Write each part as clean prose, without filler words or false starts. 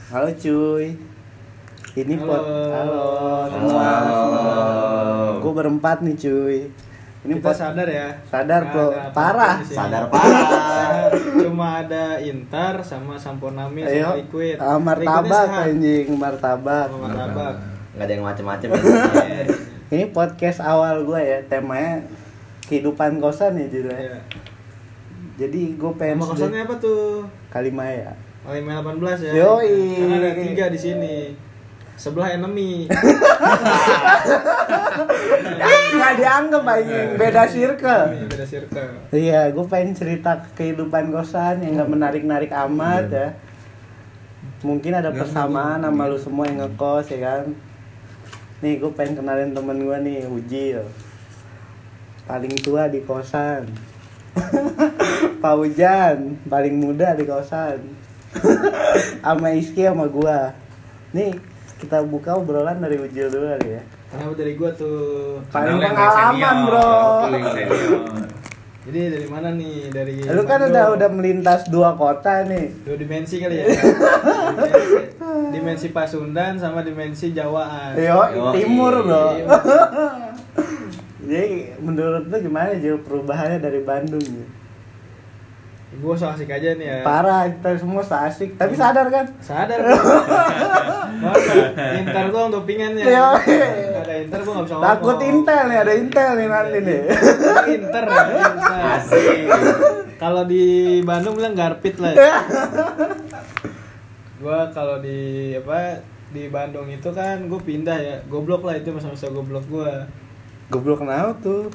Halo cuy. Ini Halo. Halo semua. Gue berempat nih cuy. Ini Kita sadar ya. Sadar Nggak bro. ada apa-apa Parah. di sini. Sadar parah. Cuma ada Intar sama Samponami Ayo. sama Liquid. Martabak anjing, martabak. Oh, martabak. Nggak ada yang macem-macem ya. Ini podcast awal gue ya. Temanya kehidupan kosan ya judulnya. Iya. Jadi gue pengen Nama kosannya apa tuh? Kalimaya. Kalimaya 18 ya. Yoi. Karena ada 3 di sini. Sebelah enemy. Nggak dianggap anjing, beda circle. Beda circle. Iya, gue pengen cerita kehidupan kosan yang nggak menarik-narik amat ya. Mungkin ada persamaan sama lu semua yang ngekos ya kan. Nih, gue pengen kenalin temen gue nih, Ujil. Paling tua di kosan. Pak Ujan, paling muda di kosan. Sama Iski sama gue. Nih, kita buka obrolan dari Ujil dulu kali ya. Kenapa dari gua tuh? Paling Kenalin yang pengalaman senior, bro. paling senior. Jadi dari mana nih? Dari Lu kan Bandung. udah melintas 2 kota nih. 2 dimensi kali ya. Dimensi Pasundan sama dimensi Jawaan. Yo, timur bro. Iya. Jadi menurut lu gimana Jil perubahannya dari Bandung ya? Gue so asik aja nih ya. Parah, kita semua asik. Tapi sadar kan? Sadar. Inter gua untuk pingannya. Yo. Ada Inter gua enggak bisa ngomong. Takut intel nih, ada intel nih nanti nih. Inter ya, Inter. Asik. Kalau di Bandung bilang garpit lah. Gua kalau di di Bandung itu kan gue pindah ya. Goblok lah itu masa-masa goblok gua. Goblok kenapa tuh?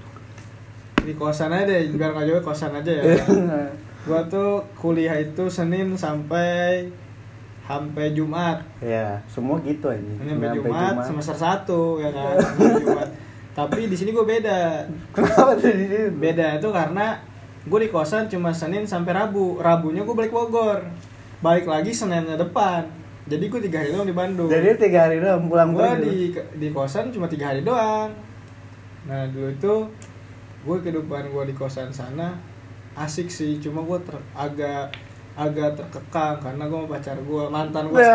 Di kosan aja deh, biar nggak jauh kosan aja ya. Gua tuh kuliah itu Senin sampai Jumat. Ya, semua gitu aja. Senin sampai Jumat semester 1 ya kan. Sampai Jumat. Tapi di sini gue beda. Kenapa tuh di sini? Beda itu karena gue di kosan cuma Senin sampai Rabu. Rabunya gue balik Bogor. Balik lagi Seninnya depan. Jadi gue 3 hari doang di Bandung. Jadi 3 hari doang pulang Gue pergi. di kosan cuma 3 hari doang. Nah dulu itu gue kehidupan gue di kosan sana asik sih, cuma gue agak terkekang karena gue sama pacar gue, mantan gue.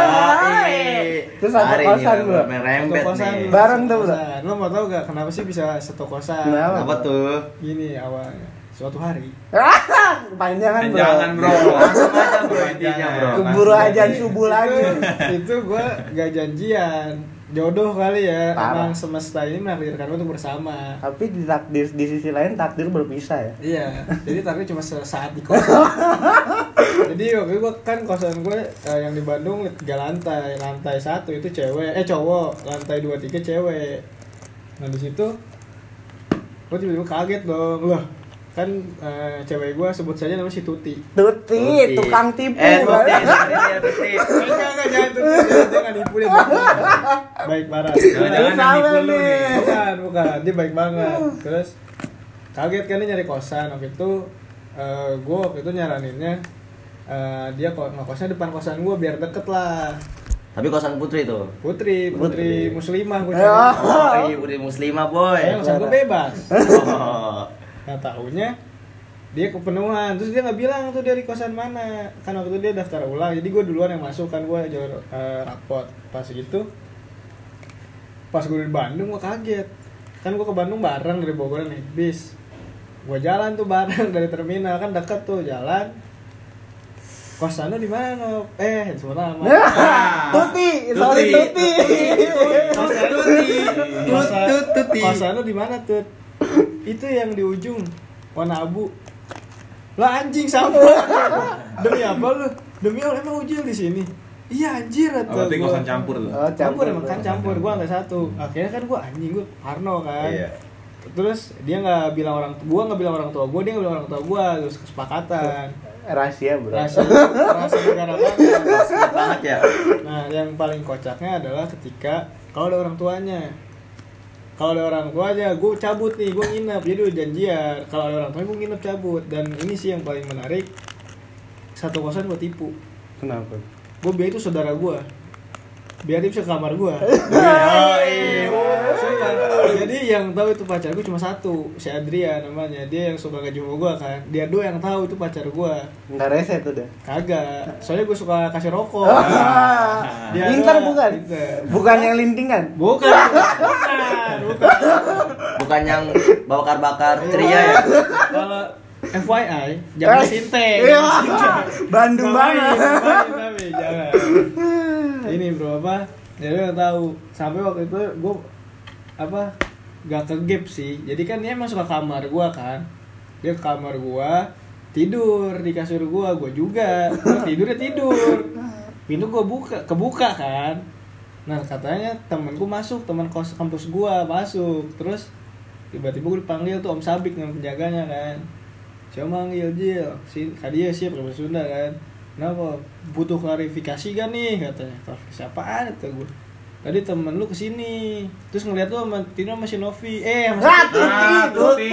Terus satu kosan bro. Merembet kosan nih. Bareng tuh, bro. Lo mau tau gak kenapa sih bisa satu kosan? Kenapa? Apa tuh? Gini awalnya, suatu hari Panjangan bro. Jangan bro, langsung aja bro intinya bro. Keburu ajan subuh lagi. itu gue gak janjian, jodoh kali ya. Parah. Emang semesta ini menakdirkan untuk bersama. Tapi di sisi lain takdir berpisah ya. Iya, jadi tapi cuma sesaat di kosan. Jadi waktu itu kan kosan gue yang di Bandung 3 lantai. Lantai 1 itu cowok, lantai 2 3 cewek. Nah di situ gue tiba-tiba kaget dong, loh kan cewek gue sebut saja namanya si Tuti. Tuti, tukang tipu. Tuti. Enggak jangan Tuti, jangan nipu dia. Baik parah. Jangan Salah nipu lu nih. nih. Bukan, dia baik banget. Terus kaget kan dia nyari kosan. Waktu itu gue waktu itu nyaraninnya dia ngekosnya depan kosan gue biar deket lah. Tapi kosan Putri tuh. Putri muslimah gue Putri muslimah boy. kosan gue bebas. Oh. Nah tahunya dia kepenuhan, terus dia nggak bilang tuh dia di kosan mana. Kan waktu itu dia daftar ulang, jadi gue duluan yang masuk kan, gue jalur rapot. Pas gitu, pas gue di Bandung gue kaget. Kan gue ke Bandung bareng dari Bogor nih, bis. Gue jalan tuh bareng dari terminal, kan deket tuh jalan. Kosan lu di mana? Sebut nama. Tuti, sorry Tuti. Kosan lu di mana tuh? Itu yang di ujung warna abu. Lah anjing sama. Demi apa lu? Demi apa emang Ujil di sini? Iya anjir Oh, berarti kosan campur tuh. Oh, Campur emang kan campur. Gua lantai 1. Akhirnya kan gua anjing, gua Parno kan. Iya. Terus dia nggak bilang orang tua gua, dia nggak bilang orang tua gua, terus kesepakatan. Rahasia bro. Rahasia negara Banget ya. Nah, yang paling kocaknya adalah ketika kalau ada orang tuanya. Kalau ada orang tuanya, gue cabut nih, gue nginep. Jadi udah janjian. Kalau ada orang tuanya, gue nginep cabut. Dan ini sih yang paling menarik. Satu kosan gue tipu. Kenapa? Gue bilang itu saudara gue. biar dia bisa ke kamar gua. Sumpah. Jadi yang tahu itu pacar gua cuma satu, si Adrian namanya. Dia yang suka ngejumpa gua kan. Dia doang yang tahu itu pacar gua. Enggak rese tuh dah. Kagak. Soalnya gua suka kasih rokok. Dia Inter doang. bukan? Inter. Bukan yang lintingan. Bukan. Bukan yang bakar-bakar ceria ya. Kalau FYI, jangan sinteng. Iya. Bandung banget. Tapi jangan. Ini bro apa? Jadi nggak tahu. Sampai waktu itu gue apa? Gak ke gap sih. Jadi kan dia emang suka kamar gue kan. Dia ke kamar gue tidur di kasur gue juga. Gua tidur. Pintu gue kebuka kan. Nah katanya temenku masuk, teman kos kampus gue masuk. Terus tiba-tiba gue dipanggil tuh Om Sabik dengan penjaganya kan. Siapa manggil Jil? Si Kadia siap bahasa Sunda kan. Kenapa? Butuh klarifikasi kan nih katanya. Klarifikasi apaan kata gue. Tadi temen lu kesini, terus ngeliat lu sama Tino sama si Novi. Tuti.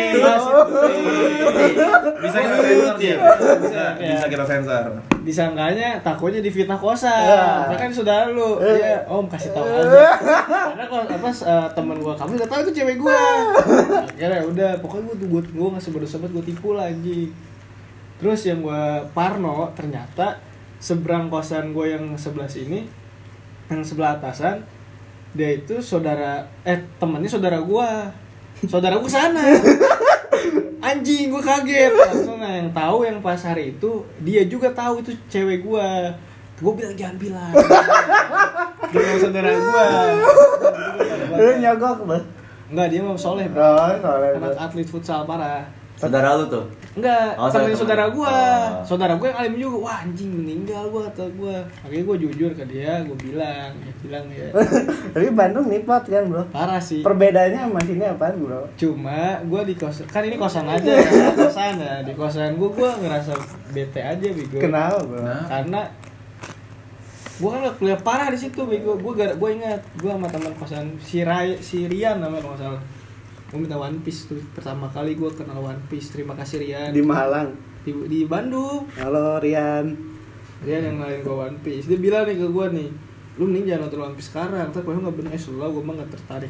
Bisa kita sensor dia. Bisa kita sensor. Disangkanya takutnya difitnah kosan. Kan saudara lu. Iya, Om kasih tahu aja. Karena kalau teman gua kamu enggak tahu itu cewek gua. Akhirnya udah, pokoknya gua ngasih bodoh-sobat gua tipu lah anjing. Terus yang gua parno ternyata seberang kosan gua yang sebelah sini, yang sebelah atasan, dia itu temannya saudara gua sana. Anjing, gue kaget langsung. Nah yang tahu yang pas hari itu dia juga tahu itu cewek gue bilang jangan bilang. Dia saudara gue. Lu nyogok, Bang. Enggak, dia mau soleh bro. Soleh. Anak atlet futsal parah. Saudara lu tuh? Enggak, temen saudara gue. Oh. Saudara gue yang alim juga. Wah anjing meninggal gue kata gue. Akhirnya gue jujur ke dia, gue bilang ya. Tapi Bandung nipot kan, Bro? Parah sih. Perbedaannya sama sini apaan, Bro? Cuma gue di kosan, kan ini kosan aja ya, kosan ya. Di kosan gue ngerasa bete aja bego. Kenapa, Bro? Karena gue kan gak kuliah parah di situ bego. Gue ingat gue sama teman kosan si Rian namanya kalau nggak salah. Gue minta One Piece tuh pertama kali gue kenal One Piece. Terima kasih Rian. Di Malang. Di Bandung. Halo Rian. Rian yang ngenalin gue One Piece. Dia bilang nih ke gue nih, lu mending jangan nonton One Piece sekarang. Tapi kalau nggak bener lah, gue mah nggak tertarik.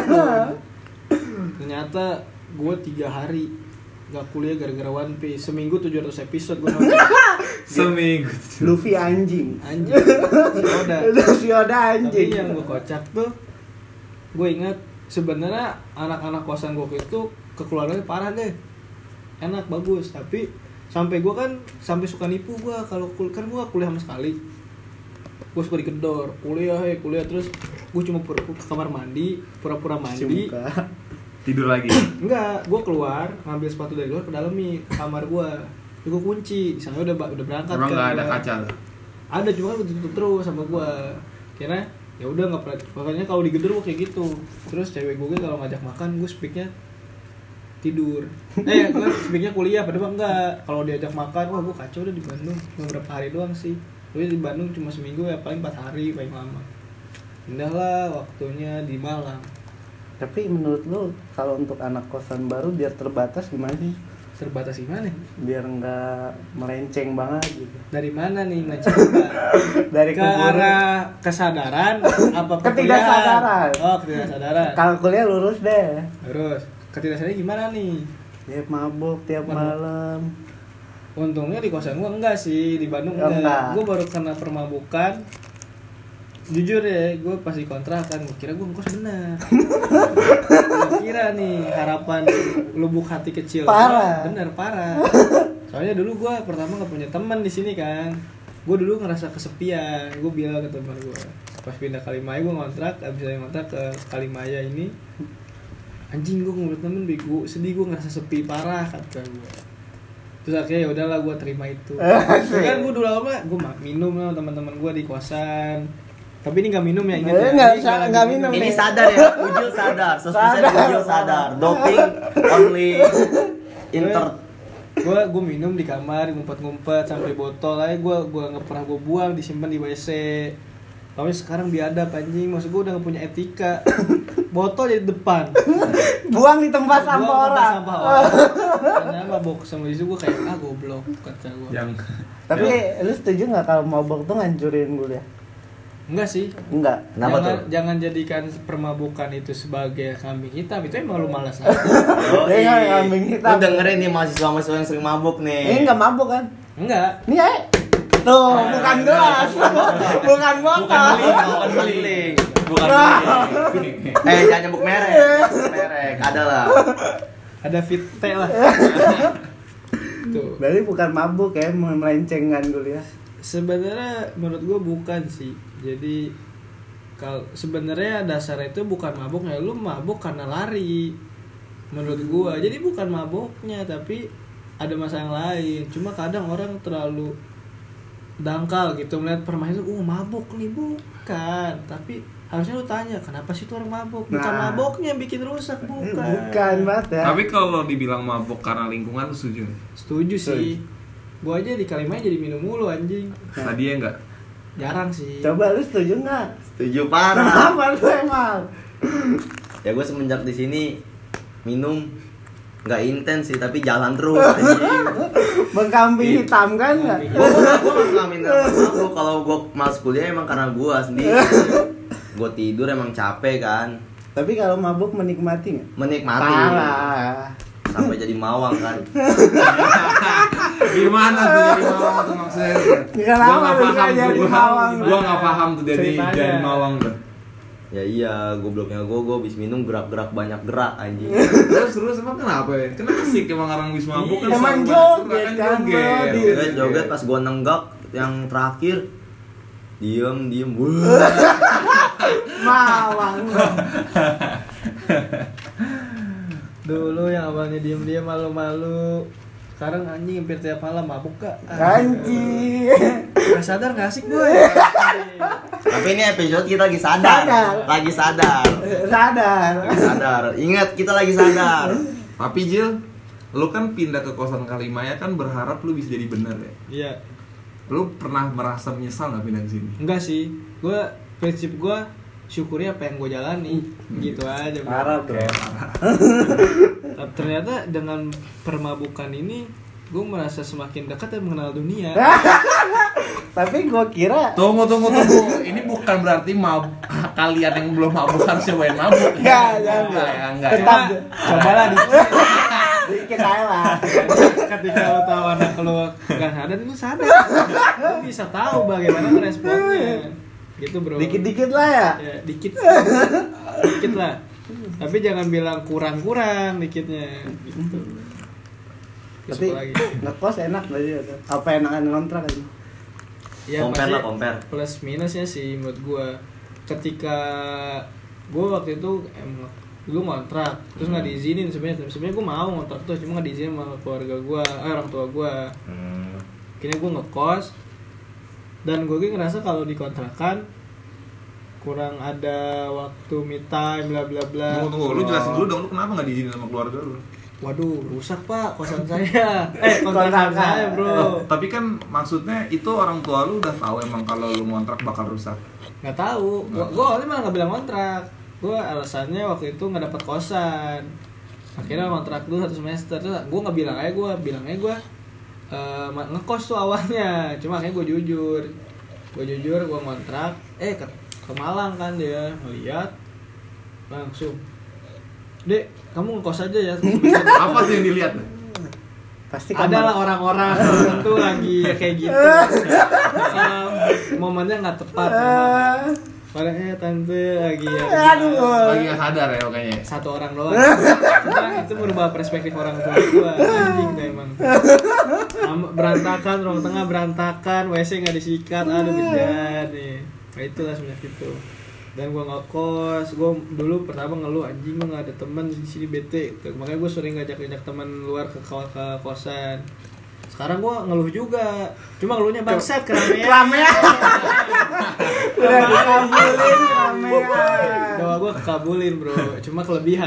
Ternyata gue 3 hari gak kuliah gara-gara One Piece. Seminggu 700 episode gue nonton. Seminggu. Luffy anjing. Si Oda anjing. Tapi yang gue kocak tuh, gue ingat sebenarnya anak-anak kosan gue itu kekeluarganya parah deh, enak bagus. Tapi sampai gue kan sampai suka nipu gue kalau kan gue kuliah sama sekali. Gue suka digedor kuliah terus gue cuma ke kamar mandi, pura-pura mandi, tidur lagi. enggak, gue keluar ngambil sepatu dari luar ke dalam nih ke kamar gue. Gue kunci, di sana udah berangkat. Emang nggak ada kaca loh? Ada, cuma kan ditutup terus sama gue. Kira ya udah nggak pernah. Makanya kalau digedor gue kayak gitu. Terus cewek gue kalau ngajak makan, gue speaknya tidur. Gue speaknya kuliah, padahal enggak. Kalau diajak makan, wah gue kacau udah di Bandung. Cuma berapa hari doang sih. Tapi di Bandung cuma seminggu ya, paling 4 hari paling lama. Indah lah waktunya di Malang. Tapi menurut lu kalau untuk anak kosan baru biar terbatas gimana sih? Terbatas gimana? Biar nggak melenceng banget gitu. Dari mana nih macam Dari ke arah kesadaran apa ketidaksadaran? Oh, ketidaksadaran. Kalau kuliah lurus deh. Terus ketidaksadaran gimana nih? Ya mabuk tiap malam. Untungnya di kosan gua enggak sih, di Bandung enggak. Gua baru kena permabukan. Jujur ya, gue pas di kontrakan, gue kira gue ngkos bener. Gue kira nih harapan lubuk hati kecil parah. Bener parah. Soalnya dulu gue pertama gak punya teman di sini kan. Gue dulu ngerasa kesepian. Gue bilang ke teman gue, pas pindah Kalimaya gue ngontrak, abis dari ngontrak ke Kalimaya ini, anjing gue ngeliat temen bego, sedih, gue ngerasa sepi parah kata gue. Terus akhirnya ya udahlah gue terima itu. Kan gue dulu lama gue minum sama teman-teman gue di kosan. Tapi ini nggak minum ya, ingat ya? Nggak minum. Ini sadar ya, Ujul sadar. Ujul sadar. Doping only Gue minum di kamar, ngumpet-ngumpet sampai botol aja gue nggak pernah gue buang, disimpan di WC. Tapi sekarang biadab anjing, maksud gue udah nggak punya etika. Botol jadi depan. Buang di tempat sampah orang. Karena mabok sama itu gue kayak goblok kata gue. Tapi lu setuju nggak kalau mabok tuh ngancurin kuliah? Enggak sih. Enggak. Kenapa tuh? Jangan jadikan permabukan itu sebagai kambing hitam. Itu emang lu malas aja. Dia nggak kambing hitam. Lu dengerin nih mahasiswa-mahasiswa yang sering mabuk nih. Ini enggak mabuk kan? Enggak. Nih ya. Tuh, bukan gelas. Bukan botol. Bukan beling. Bukan beling. Jangan nyebut merek. Merek ada lah. Ada fit T lah. Tuh. Berarti bukan mabuk ya, melencengan kuliah. Sebenarnya menurut gue bukan sih. Jadi kalau sebenarnya dasarnya itu bukan mabuk ya, lu mabuk karena lari. Menurut gue. Jadi bukan mabuknya tapi ada masalah yang lain. Cuma kadang orang terlalu dangkal gitu melihat permainan itu, mabuk nih, bukan. Tapi harusnya lu tanya kenapa sih tuh orang mabuk? Bukan mabuknya yang bikin rusak, bukan. Bukan banget ya. Tapi kalau dibilang mabuk karena lingkungan lu setuju nggak? Setuju sih. Gua aja di Kalimanya jadi minum mulu anjing. Tadi ya enggak? Jarang sih. Coba lu setuju nggak? Setuju parah. Kenapa lu emang? Ya gue semenjak di sini minum nggak intens sih tapi jalan terus anjing. Mengkambing hitam kan nggak? Gue nggak minum mabuk. Kalau gue malas kuliah emang karena gue sendiri. Gue tidur emang capek kan. Tapi kalau mabuk menikmati nggak? Menikmati. Parah. Sampai jadi mawang kan. Gimana tuh jadi mawang tuh maksudnya? Kenapa bisa jadi mawang? Gua nggak paham tuh jadi mawang tuh. Ya iya, gobloknya gue habis minum gerak-gerak banyak gerak anjing. Terus emang kenapa ya? Kenapa sih emang orang habis mabuk kan Emang selalu joget kan kan, joget. bro. Joget pas gue nenggak yang terakhir diem. Mawang. Dulu yang awalnya diem-diem malu-malu, sekarang anjing hampir tiap malam mabuk gak? Anjing. Gak sadar gak asik gue? Tapi ini episode kita lagi sadar. Lagi sadar. Ingat kita lagi sadar. Tapi Jil, lu kan pindah ke kosan Kalimaya kan berharap lu bisa jadi bener ya? Iya. Lu pernah merasa menyesal nggak pindah ke sini? Enggak sih, prinsip gue syukuri apa yang gue jalani, gitu aja. Parah bro. Ternyata dengan permabukan ini gue merasa semakin dekat dan mengenal dunia. Tapi gue kira Tunggu. Ini bukan berarti kalian yang belum mabuk harus nyobain mabuk. Enggak. Tetap cobalah dikit aja lah. Ketika lo tahu anak lo gak sadar, lu sadar. Lo bisa tahu bagaimana responnya. Gitu bro. Dikit-dikit lah ya. Ya, dikit lah. Tapi jangan bilang kurang dikitnya. Gitu. Tapi ngekos enak berarti. Apa enakan ngontrak aja? Ya, compare. Plus minusnya sih menurut gue. Ketika gue waktu itu dulu ngontrak, terus nggak diizinin sebenarnya gue mau ngontrak tuh, cuma nggak diizinin sama keluarga gue, orang tua gue. Akhirnya gue ngekos. Dan gue ngerasa kalau di kontrakan kurang ada waktu me time bla bla bla. Tunggu, lu jelasin dulu dong, lu kenapa nggak diizinin sama keluarga lu? Waduh, rusak pak kosan saya. Kontrakan saya bro. Tapi kan maksudnya itu orang tua lu udah tahu emang kalau lu ngontrak bakal rusak. Nggak tahu. Gue awalnya malah nggak bilang kontrak. Gue alasannya waktu itu nggak dapat kosan. Akhirnya kontrak dulu 1 semester. Terus gue nggak bilang aja gue ngekos tuh awalnya. Cuma akhirnya gue jujur gue ngontrak. Ke Malang kan dia ngeliat langsung. Dek, kamu ngekos aja ya. Apa sih yang dilihat? Pasti adalah orang-orang tertentu lagi kayak gitu. Momennya nggak tepat. Padahal tante lagi ya. Lagi nggak sadar ya makanya. Satu orang doang. Cuma itu merubah perspektif orang tua gua. Anjing tuh emang. Berantakan, ruang tengah berantakan, WC nggak disikat, aduh beda nih. Nah itulah sebenarnya itu. Dan gue ngekos, gue dulu pertama ngeluh anjing gue nggak ada teman di sini bete, gitu. Makanya gue sering ngajak teman luar ke kosan. Sekarang gue ngeluh juga, cuma ngeluhnya bangsat keramaian. Udah dikabulin keramaian. Doa gue kekabulin bro, cuma kelebihan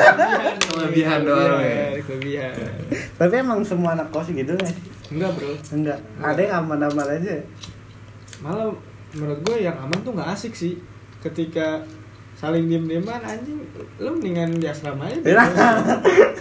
doang. Kelebihan. Tapi emang semua anak kos gitu nggak? Enggak bro. Enggak. Ada yang aman-aman aja. Malah menurut gue yang aman tuh nggak asik sih. Ketika saling diem-dieman anjing, lu mendingan di asrama aja.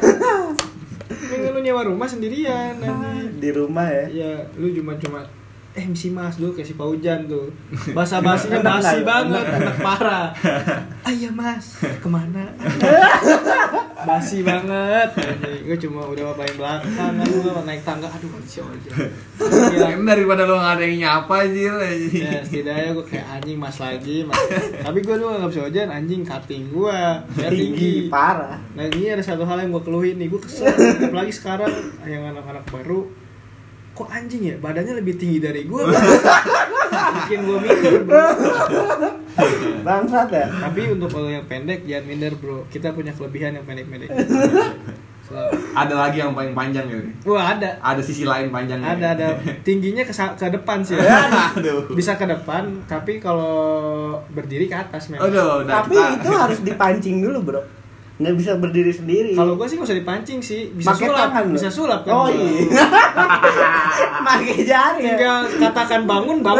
Mendingan lu nyewa rumah sendirian anjing. Di rumah ya. Ya, lu cuma misi mas dulu kayak si Paujan tuh. Bahasa-bahasanya basi banget, anak parah. Iya mas, kemana? Basi banget. Gue cuma udah paling belakang, gue naik tangga, aduh si Ojan. Kan daripada lo nggak ada yang nyapa Jil. Ya setidaknya gue kayak anjing mas lagi mas. Tapi gue dulu nggak bisa Ojan, anjing cutting gue ya tinggi parah. Nah ini ada satu hal yang gue keluhin nih, gue kesel apalagi sekarang yang anak-anak baru, kok anjing ya badannya lebih tinggi dari gue. Bikin gue minder bro. Bangsat ya. Tapi untuk kalau yang pendek jangan minder bro, kita punya kelebihan yang pendek-pendek. Ada lagi yang paling panjang ya? Wah ada. Ada sisi lain panjangnya. Ada tingginya ke depan sih. Aduh. Bisa ke depan, tapi kalau berdiri ke atas memang. Aduh, Tapi itu harus dipancing dulu bro. Nggak bisa berdiri sendiri. Kalau gue sih nggak usah dipancing sih, bisa Pakai sulap, tangan, bisa bro. sulap kan. Oh iya. Pakai jari ya. Tinggal katakan bangun. Sulap.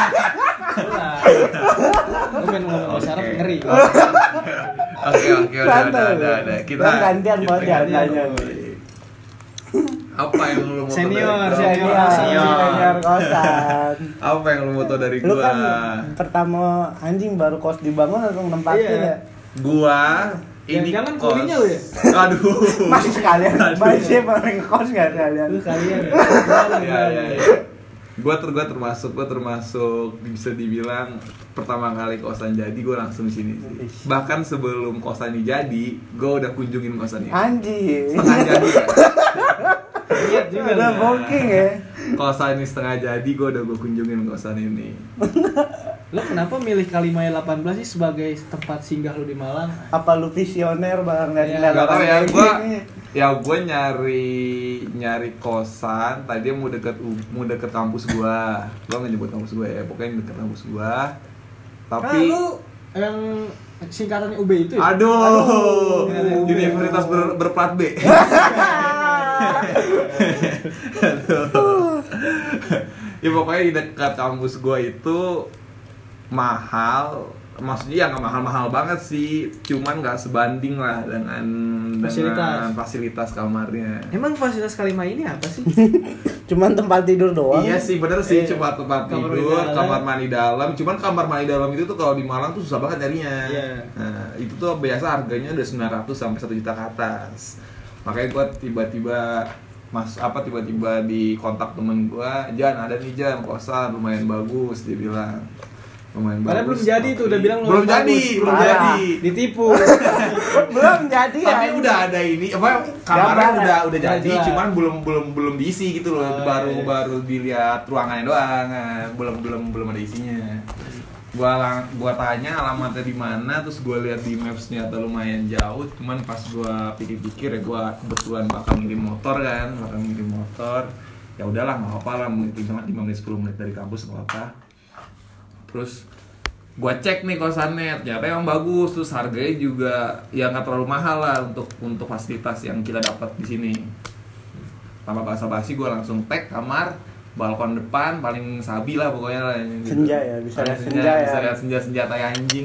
Gue pengen ngomong bahasa Arab ngeri. Oke, udah. Kita gantian buat nanya. Apa yang lu mau Senior. Senior kosan. Apa yang lu mau tau dari Lu gua? kan pertama anjing baru kos dibangun langsung nempatin Iya. ya. Gua ini Jangan kos. kulinya lu ya. Aduh. Masih sekalian. Masih orang kos nggak kalian? Lu kalian. Ya. Gua termasuk bisa dibilang pertama kali kosan jadi gua langsung di sini sih. Bahkan sebelum kosan ini jadi, gua udah kunjungin kosan ini. Anjing. Setengah jadi. Lihat juga. Udah booking ya. Kosan ini setengah jadi, gua kunjungin kosan ini. Lu kenapa milih Kalimaya 18 sih sebagai tempat singgah lu di Malang? Apa lu visioner bang dari Ya, Gak tau ya, kayak gue nyari kosan. Tadi mau deket kampus gue nggak nyebut kampus gue ya, pokoknya deket kampus gue. Tapi lu yang singkatannya UB itu ya? aduh. Aduh. Universitas berplat B. Ya pokoknya di dekat kampus gue itu mahal, maksudnya ya nggak mahal-mahal banget sih, cuman nggak sebanding lah dengan fasilitas kamarnya. Emang fasilitas Kalimaya ini apa sih? Cuman tempat tidur doang. Iya sih, bener sih, Iya. cuma tempat Kamar tidur, mandi dalam. kamar mandi dalam. Cuman kamar mandi dalam itu tuh kalau di Malang tuh susah banget nyarinya. Iya. Nah, itu tuh biasa harganya udah 900 sampai 1 juta ke atas. Makanya gua tiba-tiba di kontak temen gua, Jan ada nih Jan kosan lumayan bagus, dia bilang. Lumayan Padahal bagus. belum jadi tuh, udah bilang belum bagus. jadi, belum Parah. jadi. Ditipu. Belum jadi ya. Tapi udah ada ini apa kamarnya Gambar. udah jadi, Jelas. cuman belum diisi gitu loh. Oh, baru iya. dilihat ruangannya doang. Nah, belum ada isinya. Gua tanya alamatnya di mana, terus gua lihat di Maps-nya atau lumayan jauh, cuman pas gua pikir-pikir ya gua kebetulan bakal ngirim motor. Ya udahlah, enggak apa-apa lah, mungkin cuma 5 menit 10 menit dari kampus enggak apa. Terus gua cek nih kosannya, ternyata emang bagus, terus harganya juga ya nggak terlalu mahal lah untuk fasilitas yang kita dapat di sini. Tanpa basa-basi gua langsung tag kamar, balkon depan, paling sabi lah pokoknya lah. Senja ya, bisa lihat senja ya. Bisa lihat senja tai anjing.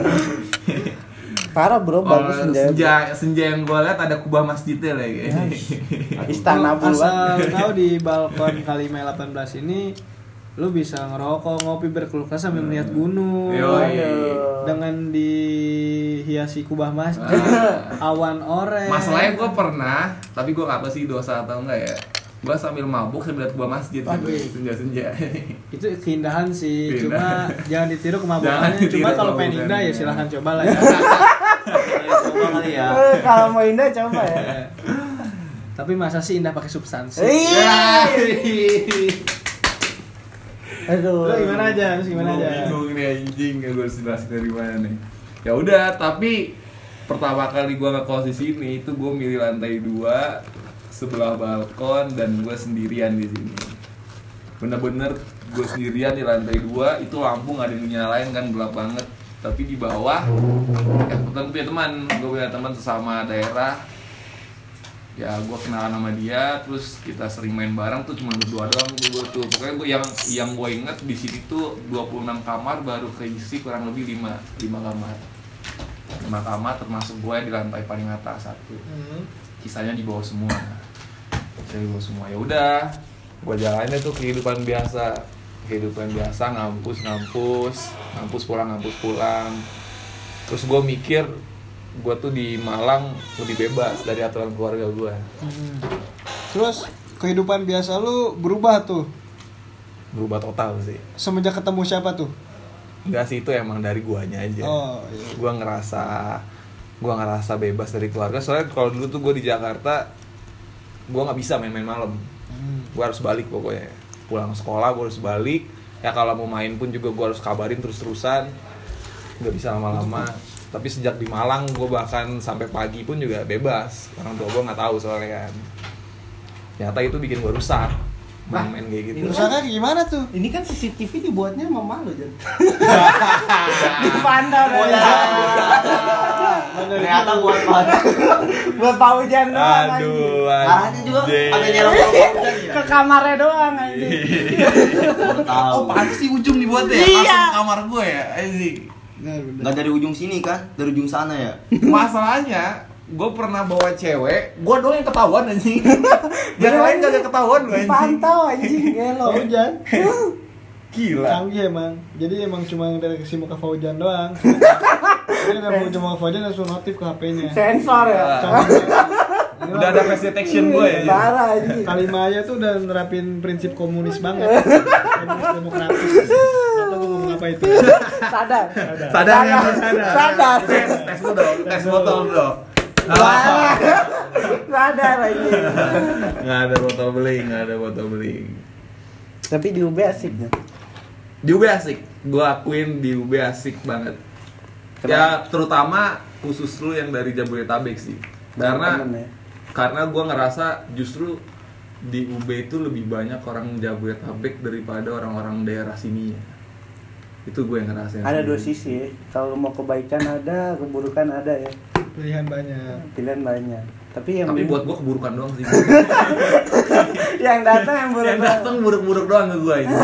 Parah bro, bagus senja yang gua lihat ada kubah masjidnya lagi. Istana Lu bulan. asal tahu di balkon Kalimaya 18 ini lu bisa ngerokok, ngopi, berkeluh kesah sambil melihat gunung. Yoi. Dengan dihiasi kubah masjid, awan oranye. Masalahnya gua pernah, tapi gua nggak tahu sih dosa atau enggak ya. Gua sambil mabuk sambil lihat kubah masjid Waduh. senja-senja. Itu keindahan sih, Keindahan. cuma jangan ditiru Jangan kemabukannya. ditiru Cuma kalau pengen kemabukannya. indah ya silahkan coba lah ya. Coba kali ya. Kalau mau indah coba ya. Tapi masa sih indah pakai substansi? Iya. Aduh. Lu gimana aja? Terus gimana aja? Bingung nih anjing, gue harus jelasin dari mana nih. Ya udah, tapi pertama kali gue ngekos di sini itu gue milih lantai 2 sebelah balkon dan gue sendirian di sini. Bener-bener gue sendirian di lantai 2, itu lampu nggak ada yang nyalain kan, gelap banget. Tapi di bawah, gue punya teman sesama daerah. Ya gue kenalan sama dia, terus kita sering main bareng tuh cuma berdua doang gue tuh. Pokoknya gue yang gue inget di sini tuh 26 kamar baru keisi kurang lebih 5 kamar. 5 kamar termasuk gue di lantai paling atas 1. Sisanya di bawah semua. Ya udah, gue jalanin tuh kehidupan biasa. kehidupan biasa, ngampus pulang. Terus gue mikir gue tuh di Malang lebih bebas dari aturan keluarga gue. Terus kehidupan biasa lu berubah Berubah total sih. semenjak ketemu siapa tuh? Enggak sih, itu emang dari guanya aja. Oh iya. Gue ngerasa bebas dari keluarga. Soalnya kalau dulu tuh gue di Jakarta, gue nggak bisa main-main malam. Gue harus balik pokoknya. Pulang sekolah gue harus balik. Ya kalau mau main pun juga gue harus kabarin terus-terusan. Nggak bisa lama-lama. Tapi sejak di Malang gue bahkan sampai pagi pun juga bebas. Orang tua gue nggak tahu soalnya kan. Ternyata itu bikin gue rusak. Main-main kayak gitu. Rusaknya gimana tuh? Ini kan CCTV dibuatnya sama malu Jan. Dipantau dari Ternyata buat Fauzan. buat Pak Hujan doang. Aduh, Arahnya juga anjing. ada nyerang Fauzan ya. Ke kamarnya doang anjing. Baru tahu. Oh, pantes di ujung dibuat ya? Iya. Langsung kamar gue ya? Anjing. Enggak dari ujung sini kan, dari ujung sana ya. Masalahnya gue pernah bawa cewek, gue doang yang ketahuan anjing. Yang lain gak ketahuan gue anjing. Pantau anjing gelo. Fauzan. Gila. Canggih emang. Jadi emang cuma dari muka Fauzan doang. Jadi kalau cuma Fauzan langsung notif ke HP-nya. Sensor ya. Udah ada face detection gue ya. Parah anjing. Kalimaya tuh udah nerapin prinsip komunis banget. Komunis demokratis. Atau gue ngomong apa itu? Sadar. Sadar ya? Sadar. Tes lu dong, tes botol lu dong. Sadar anjing. Nggak ada botol beling. Tapi di UB asik ya. Di UB asik, gue akuin di UB asik banget. Ya terutama khusus lu yang dari Jabodetabek sih. Karena gue ngerasa justru di UB itu lebih banyak orang Jabodetabek daripada orang-orang daerah sini. Itu gue yang ngerasain. Ada dua sisi ya. Kalau mau kebaikan ada, keburukan ada ya. Pilihan banyak. Tapi buat gue keburukan doang sih. yang datang yang buruk. Yang datang buruk-buruk doang ke gue itu.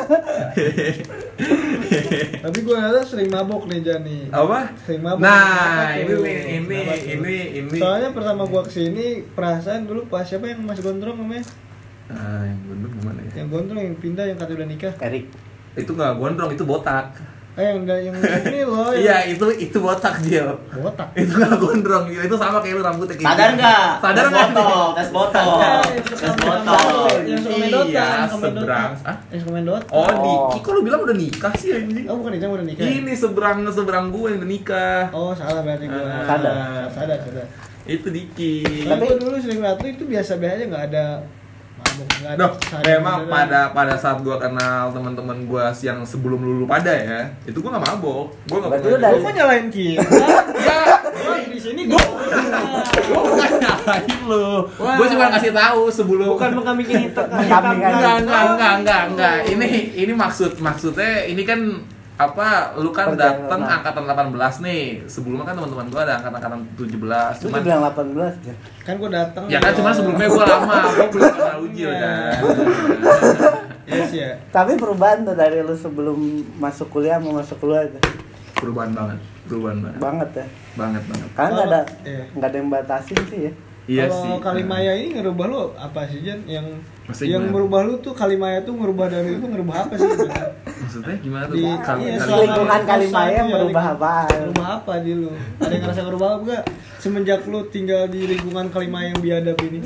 Tapi gue rasa sering mabok nih Jani. Apa? Sering mabok. Nah, Kenapa tuh? ini. Soalnya pertama gue kesini perasaan dulu pas siapa yang Mas Gondrong namanya? Ah, yang gondrong gimana ya? Yang Gondrong yang pindah yang kata udah nikah. Erik. Itu nggak gondrong, itu botak. Yang ini loh. Iya, itu botak Jil. Botak. Itu nggak gondrong, Jil. Itu sama kayak lu rambutnya kayak Sadar gitu. enggak? Sadar nggak? Tes botol. Yang suka main Dota. Iya, Suka main Dota. seberang. Ah? Yang suka main Dota. Oh, Diki, kok lu bilang udah nikah sih anjing? Oh bukan itu udah nikah. Ini seberang gue yang udah nikah. Oh salah berarti gue. Sadar. Itu Diki. Tapi dulu sering ratu itu biasa-biasa aja nggak ada mabuk, nggak ada. Noh, memang pada saat gua kenal teman-teman gua yang sebelum lulu pada ya, itu gua nggak mabok. Gua nggak Berarti pernah. lu dari- Lu kok nyalain kita? Gua Di sini gue. bukan nyalain lu. Gua cuma kasih tahu sebelum. Bukan bikin itu. Enggak. Ini maksudnya ini kan apa, lu kan Perjalanan. datang angkatan 18 nih. Sebelumnya kan teman-teman gua ada angkatan 17. Lu Cuman bilang 18 ya. Kan gue datang. ya kan cuma sebelumnya gua lama, gua belum kenal Ujil kan. Yes ya. Tapi perubahan tuh dari lu sebelum masuk kuliah mau masuk keluar tuh. Perubahan banget. Banget ya. Banget. Karena nggak ada Iya. nggak ada yang batasin sih ya. Iya sih. Kalau Kalimaya ini ngerubah lu apa sih Jan? Maksudnya Yang gimana? merubah lu tuh Kalimaya tuh ngerubah dari itu ngerubah apa sih? Maksudnya gimana tuh? Di- iya, Di soal- lingkungan Kalimaya Iya, merubah apaan? Ngerubah apa di lu? Ada yang ngerasa ngerubah apa enggak? Semenjak lu tinggal di lingkungan Kalimaya yang biadab ini.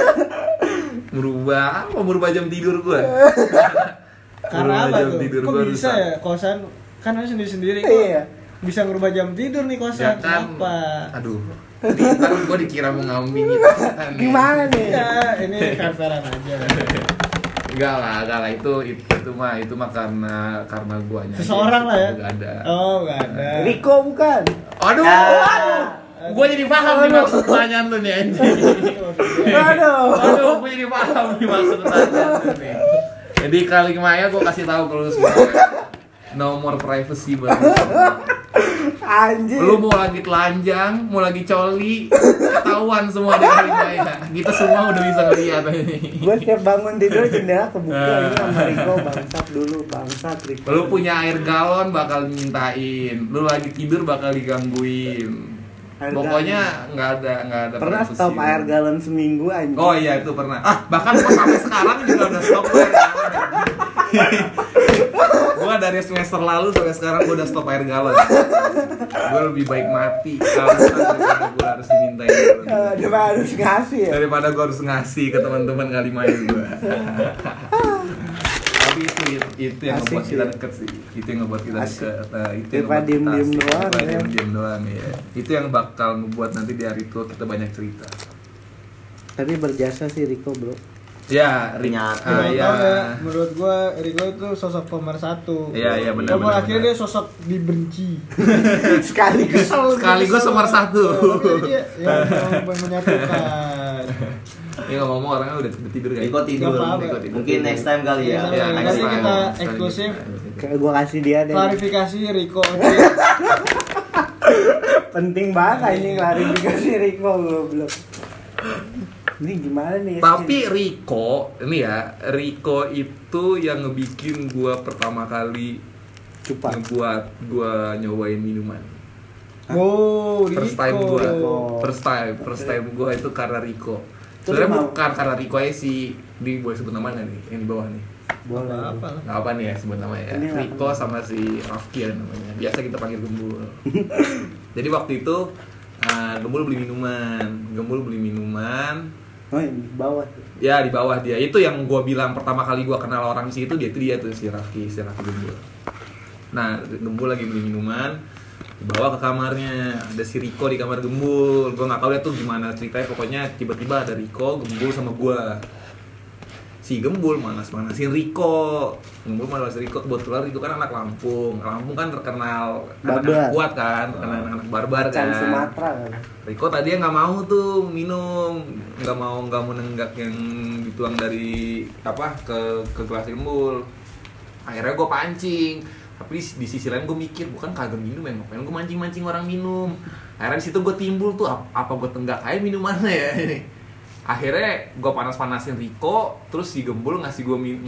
Merubah jam tidur gua. Karena Merubah apa jam tuh? tidur Kok gua bisa rusak. ya kosan? Kan harus sendiri-sendiri kok. Iya. Bisa ngerubah jam tidur nih Ya kosan. kan. Kenapa? Aduh. Ntar gua dikira mau ngambing gitu. Gimana nih? Ya, ini kanveran aja. Enggak lah, itu mah karena guanya. Seseorang lah ya. Enggak ada. Oh, enggak ada. Riko bukan. Aduh. Gua jadi paham nih maksud pertanyaan lu nih anjing. Aduh. Gua jadi paham nih maksud pertanyaan lu nih. Jadi Kalimaya gua kasih tahu ke lu semua. No more privacy bang. Anjir. Lu mau lagi telanjang, mau lagi coli, ketahuan semua di Kalimaya. Kita semua udah bisa ngeliat ini. Gue setiap bangun tidur jendela kebuka ini sama Riko bangsat Riko. Lu punya air galon bakal mintain, lu lagi tidur bakal digangguin. Air Pokoknya nggak ada. Pernah privacy. stop air galon seminggu anjir. Oh iya itu pernah. Bahkan gua sampai sekarang juga udah stop air galon. Gua dari semester lalu sampai sekarang gua udah stop air galon. Gua lebih baik mati kalau daripada gua harus dimintain. Daripada harus ngasih ya. Daripada gua harus ngasih ke teman-teman kali main gua. Tapi itu yang Asik ngebuat sih. kita deket sih. Itu yang ngebuat kita Asik. deket. Nah, itu yang Daripada ngebuat kita diem-diem asik. doang, Daripada ya. diem doang ya. Itu yang bakal ngebuat nanti di hari tua kita banyak cerita. Tapi berjasa sih Riko bro. Ya, Ternyata. Gua ya. tau ya, menurut gua Rico itu sosok pemersatu. Iya, benar. Walaupun akhirnya dia sosok dibenci. Sekali Kesel, Sekaligus kesel. pemersatu. Tapi dia ya menyatukan. Ini ngomong orangnya udah tidur kan? Riko tidur. Nggak apa-apa. Riko tidur. Mungkin next time kali ya. Next time. Ya, Nanti next time. kita Sekali eksklusif. gitu. Gua kasih dia deh. Klarifikasi Rico. Penting banget ini klarifikasi Riko belum. Ini gimana nih? Tapi Riko, ini ya, Riko itu yang ngebikin gua pertama kali Cupa. ngebuat gua nyobain minuman. Oh, Rico. First time gua itu karena Riko. Terus Sebenarnya mau- bukan karena Riko aja sih. Di boleh sebut namanya nih, yang di bawah nih. Boleh. Apa lah. Nggak apa nih ya sebut namanya ya. Ini nggak Riko sama si Rafki ya namanya. Biasa kita panggil Gembul. Jadi waktu itu Gembul beli minuman. Oh, ini di bawah. Ya di bawah dia. Itu yang gua bilang pertama kali gua kenal orang sih itu dia tuh si Rafki Gembul. Nah, Gembul lagi beli minuman, dibawa ke kamarnya. Ada si Riko di kamar Gembul. Gua nggak tahu dia tuh gimana ceritanya. Pokoknya tiba-tiba ada Riko, Gembul sama gua. Si Gembul manas-manasin Riko. Gembul manas-manasin Riko. Kebetulan Riko kan anak Lampung. Lampung kan terkenal Barbar. anak-anak kuat kan, terkenal anak-anak barbar Macam kan. Sumatera kan. Riko tadinya nggak mau tuh minum, nggak mau nenggak yang dituang dari apa ke gelas Gembul. Akhirnya gue pancing, tapi di sisi lain gue mikir bukan kagak minum ya, ngapain gue mancing orang minum. Akhirnya di situ gue timbul tuh apa gue tenggak aja minumannya ya. Akhirnya gue panas-panasin Riko, terus si Gembul ngasih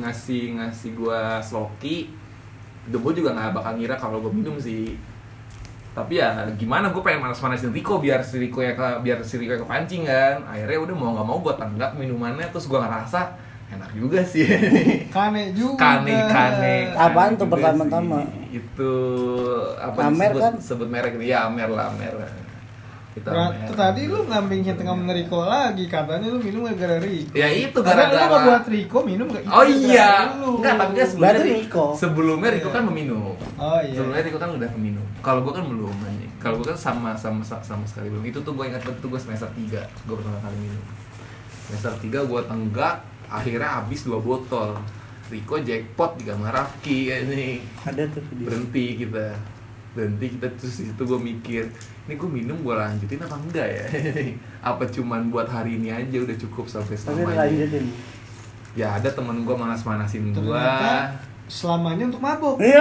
gue sloki. Gembul juga nggak bakal ngira kalau gue minum sih. Tapi ya gimana, gue pengen panas-panasin Riko biar si Riko kepancing kan. Akhirnya udah mau nggak mau gue tenggak minumannya, terus gue ngerasa enak juga sih. Kane juga. Kane. Apaan tuh juga pertama-tama? sih. Itu apa Amer kan? sebut merek ini ya, Amer. Kita Berarti tadi lu ngambing tengah Rico lagi, katanya lu minum gara-gara Rico. Ya itu Karena lu gara-gara. nggak buat Rico minum ke Oh iya. Enggak, tapi kan Berarti sebelumnya Riko. Sebelumnya Riko kan meminum. Oh iya. Sebelumnya Riko kan udah meminum. Kalau gua kan belum anjing. Kalau gua kan sama sekali belum. Itu tuh gua ingat banget tuh gua semester 3 gua pertama kali minum. Semester 3 gua tenggak, akhirnya habis 2 botol. Riko jackpot di kamar Rafki ini. Ada tuh video. Berhenti kita terus di situ gue mikir, ini gue minum gue lanjutin apa enggak ya? Apa cuman buat hari ini aja udah cukup sampai Tapi selamanya? lanjutin. Ya ada temen gue manas-manasin gue. Ternyata selamanya untuk mabuk. Iya.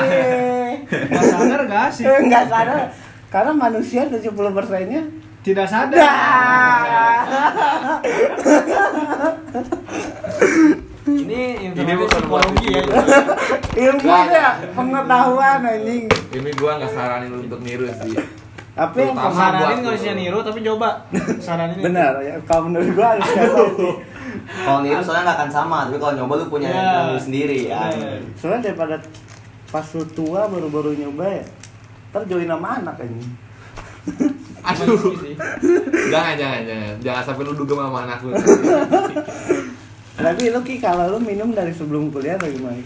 Nggak sadar gak sih? Enggak sadar. Karena manusia 70%-nya Tidak sadar. Ini bukan buat psikologi ya. ilmu ya, pengetahuan anjing. Ini gue nggak saranin lu untuk niru sih. Tapi yang Terutama kemarin Saranin buat nggak bisa lu. niru, tapi coba saranin. benar ya. Kalau menurut gua harus kayak gitu. Kalau niru soalnya nggak akan sama, tapi kalau nyoba lu punya Ya. yang lu sendiri ya. Soalnya daripada pas lu tua baru-baru nyoba ya, ntar join sama anak anjing. Aduh. Jangan sampai lu duga sama anak lu. Tapi lu Ki, kalau lu minum dari sebelum kuliah atau gimana?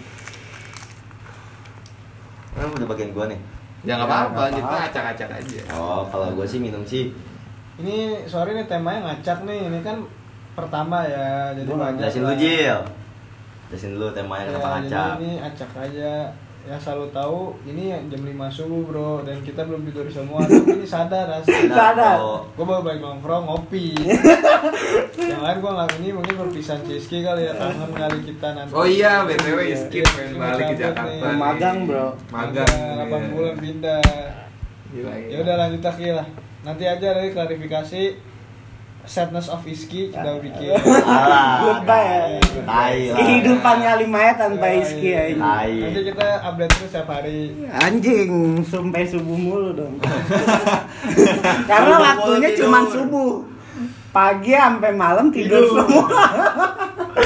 Kan udah bagian gua nih. Ya nggak apa-apa, Nggak kita apa-apa. acak-acak aja. Oh, kalau gua sih minum sih. Ini sorry nih temanya ngacak nih. Ini kan pertama ya, jadi Gua banyak. Jelasin lah. dulu Jil. Jelasin dulu temanya Ya, kenapa jadi ngacak. ini acak aja. Ya selalu tahu ini jam 5 subuh bro, dan kita belum tidur semua. Tapi ini sadar asli. Sadar. Gue baru balik nongkrong ngopi. Yang lain gue nggak ini mungkin perpisahan Rizky kali ya, kangen kali kita nanti. Oh iya, BTW Skip Iya, pengen mau balik ke cabut Jakarta. nih. nih. Magang, bro. Magang. 8 bulan pindah. Gila. Ya udah lanjut lagi lah. Nanti aja dari klarifikasi Sadness of Iski kita bikin. Alah. Goodbye. Tai lah. Kehidupan kali maya tanpa iski anjing. Tai. Nanti kita update terus setiap hari. Anjing, sampai subuh mulu dong. Karena Subuh waktunya tidur. cuma subuh. Pagi sampai malam tidur semua. Sorry